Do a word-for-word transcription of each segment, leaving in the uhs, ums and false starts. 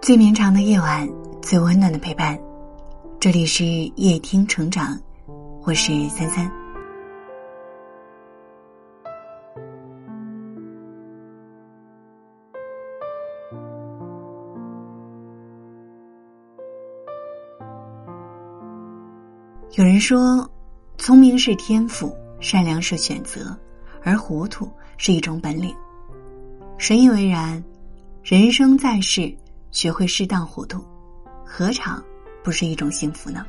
最绵长的夜晚，最温暖的陪伴。这里是夜听成长，我是三三。有人说，聪明是天赋，善良是选择，而糊涂是一种本领。深以为然，人生在世，学会适当糊涂，何尝不是一种幸福呢？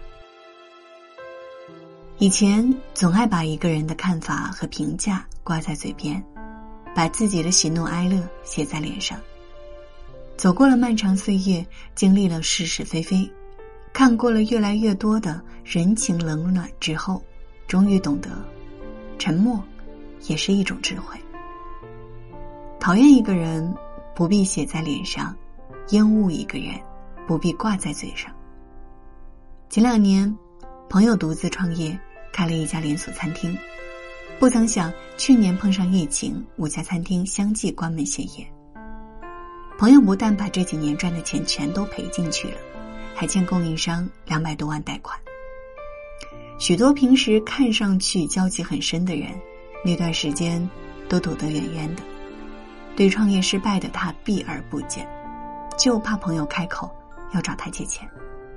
以前总爱把一个人的看法和评价挂在嘴边，把自己的喜怒哀乐写在脸上。走过了漫长岁月，经历了是是非非，看过了越来越多的人情冷暖之后，终于懂得，沉默也是一种智慧。讨厌一个人，不必写在脸上，厌恶一个人，不必挂在嘴上。前两年，朋友独自创业，开了一家连锁餐厅，不曾想去年碰上疫情，五家餐厅相继关门歇业。朋友不但把这几年赚的钱全都赔进去了，还欠供应商两百多万贷款。许多平时看上去交集很深的人，那段时间都躲得远远的，对创业失败的他避而不见，就怕朋友开口要找他借钱。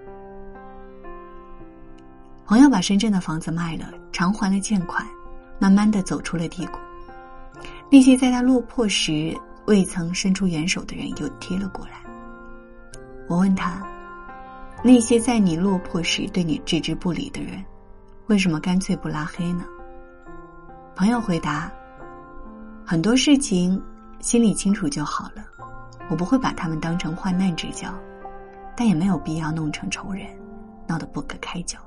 朋友把深圳的房子卖了，偿还了欠款，慢慢地走出了低谷。那些在他落魄时未曾伸出援手的人又贴了过来。我问他，那些在你落魄时对你置之不理的人，为什么干脆不拉黑呢？朋友回答，很多事情心里清楚就好了，我不会把他们当成患难之交，但也没有必要弄成仇人，闹得不可开交。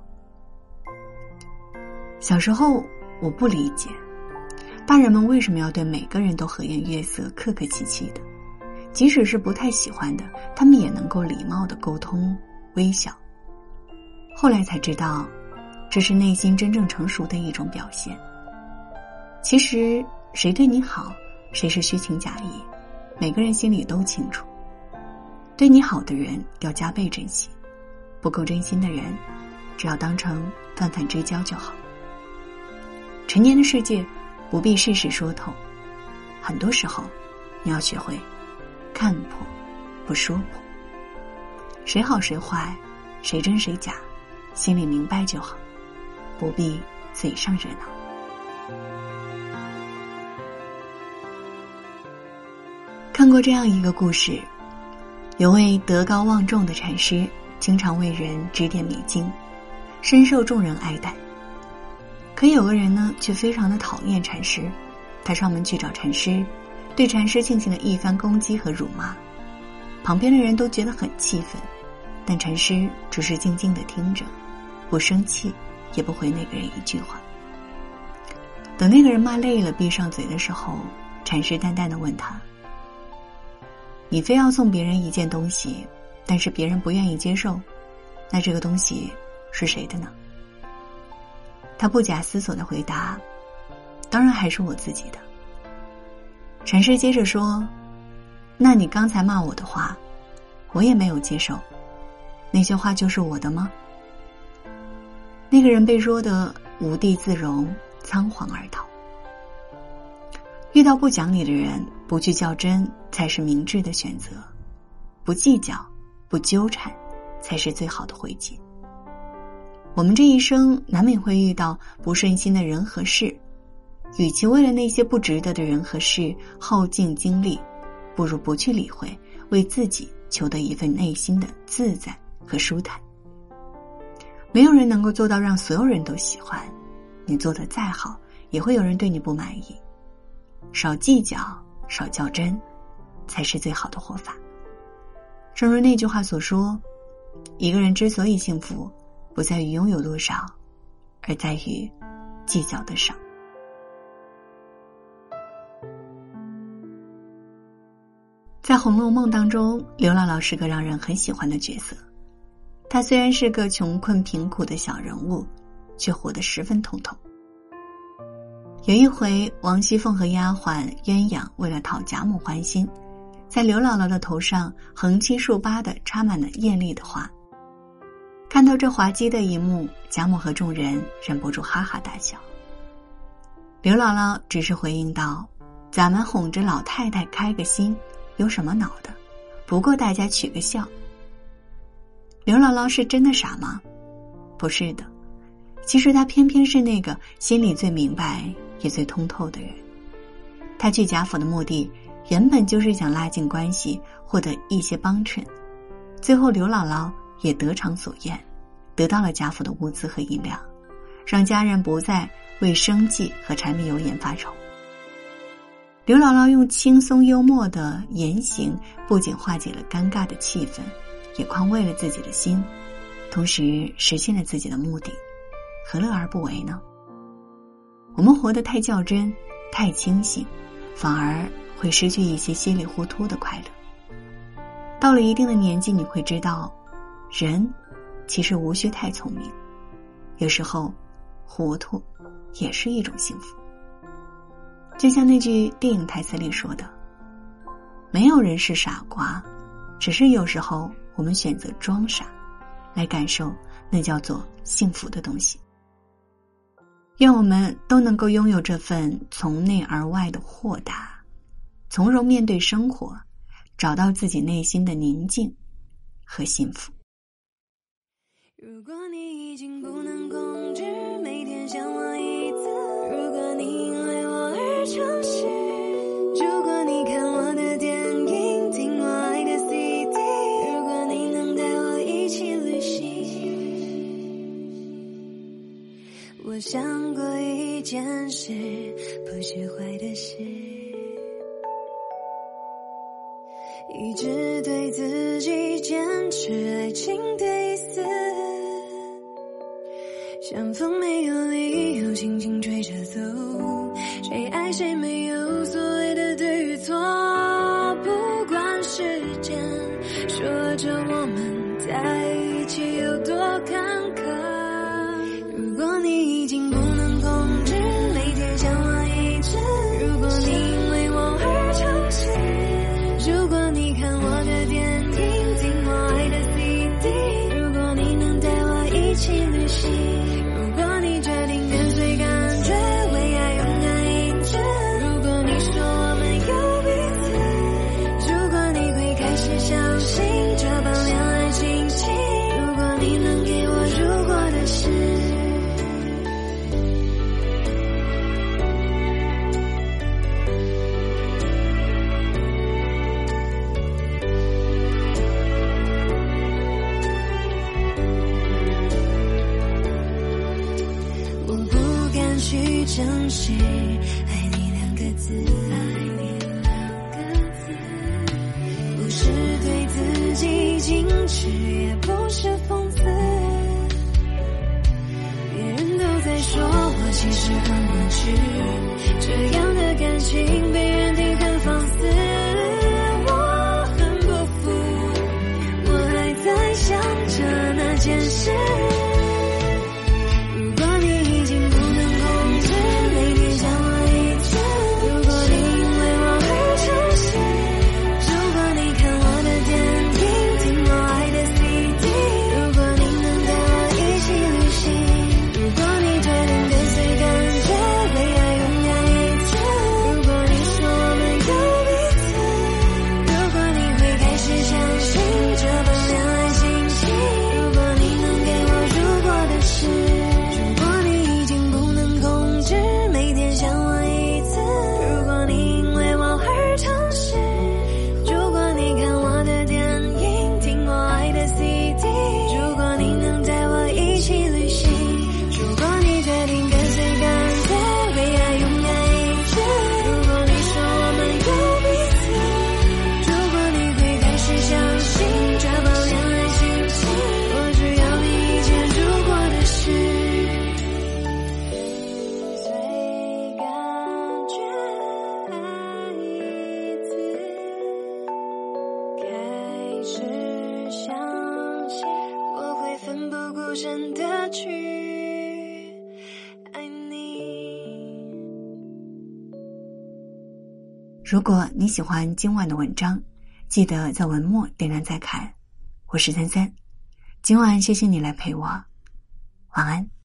小时候我不理解，大人们为什么要对每个人都和颜悦色、客客气气的，即使是不太喜欢的，他们也能够礼貌的沟通、微笑。后来才知道，这是内心真正成熟的一种表现。其实谁对你好，谁是虚情假意，每个人心里都清楚。对你好的人要加倍珍惜，不够真心的人，只要当成泛泛之交就好。成年的世界不必事事说透，很多时候你要学会看破不说破，谁好谁坏，谁真谁假，心里明白就好，不必嘴上热闹。看过这样一个故事，有位德高望重的禅师，经常为人指点迷津，深受众人爱戴。可有个人呢，却非常的讨厌禅师，他上门去找禅师，对禅师进行了一番攻击和辱骂。旁边的人都觉得很气愤，但禅师只是静静地听着，不生气，也不回那个人一句话。等那个人骂累了，闭上嘴的时候，禅师淡淡地问他，你非要送别人一件东西，但是别人不愿意接受，那这个东西是谁的呢？他不假思索地回答，当然还是我自己的。禅师接着说，那你刚才骂我的话，我也没有接受，那些话就是我的吗？那个人被说得无地自容，仓皇而逃。遇到不讲理的人，不去较真才是明智的选择，不计较，不纠缠，才是最好的回击。我们这一生难免会遇到不顺心的人和事，与其为了那些不值得的人和事耗尽精力，不如不去理会，为自己求得一份内心的自在和舒坦。没有人能够做到让所有人都喜欢，你做得再好，也会有人对你不满意。少计较，少较真，才是最好的活法。正如那句话所说，一个人之所以幸福，不在于拥有多少，而在于计较的少。在《红楼梦》当中，刘姥姥是个让人很喜欢的角色。她虽然是个穷困贫苦的小人物，却活得十分通透。有一回，王熙凤和丫鬟鸳鸯为了讨贾母欢心， 在刘姥姥的头上横七竖八地插满了艳丽的花。看到这滑稽的一幕，贾母和众人忍不住哈哈大笑。刘姥姥只是回应道：咱们哄着老太太开个心，有什么恼的？不过大家取个笑。刘姥姥是真的傻吗？不是的，其实她偏偏是那个心里最明白也最通透的人。她去贾府的目的原本就是想拉近关系，获得一些帮衬。最后刘姥姥也得偿所愿，得到了贾府的物资和银两，让家人不再为生计和柴米油盐发愁。刘姥姥用轻松幽默的言行，不仅化解了尴尬的气氛，也宽慰了自己的心，同时实现了自己的目的，何乐而不为呢？我们活得太较真，太清醒，反而会失去一些稀里糊涂的快乐。到了一定的年纪，你会知道，人其实无需太聪明，有时候糊涂也是一种幸福。就像那句电影台词里说的，没有人是傻瓜，只是有时候我们选择装傻，来感受那叫做幸福的东西。愿我们都能够拥有这份从内而外的豁达，从容面对生活，找到自己内心的宁静和幸福。 如果你已经不能控制每天想我一次，如果你因为我而诚实，如果你看我的电影，听我爱的 C D， 如果你能带我一起旅行。我想过一件事，不是坏的事，一直对自己坚持爱情的意思，相逢没有理由，轻轻追着走，谁爱谁没有所谓的对与错，不管时间说着我们在一起有多坎坷。如果你已经不能控制每天想我一次，如果你因为我而诚实，如果你看我的电影，听我爱的 C D， 如果你能带我一起旅行，如果你决定跟随感觉，为爱勇敢一致，如果你说我们有彼此，如果你会开始相信这般恋爱情情，如果你能给我如果的事。去证实爱你两个字，爱你两个字，不是对自己矜持，也不是讽刺。别人都在说我其实很无知，这样的感情被人听很放肆，我很不服，我还在想着那件事。 如果你喜欢今晚的文章， 记得在文末点亮再看。我是三三，今晚谢谢你来陪我，晚安。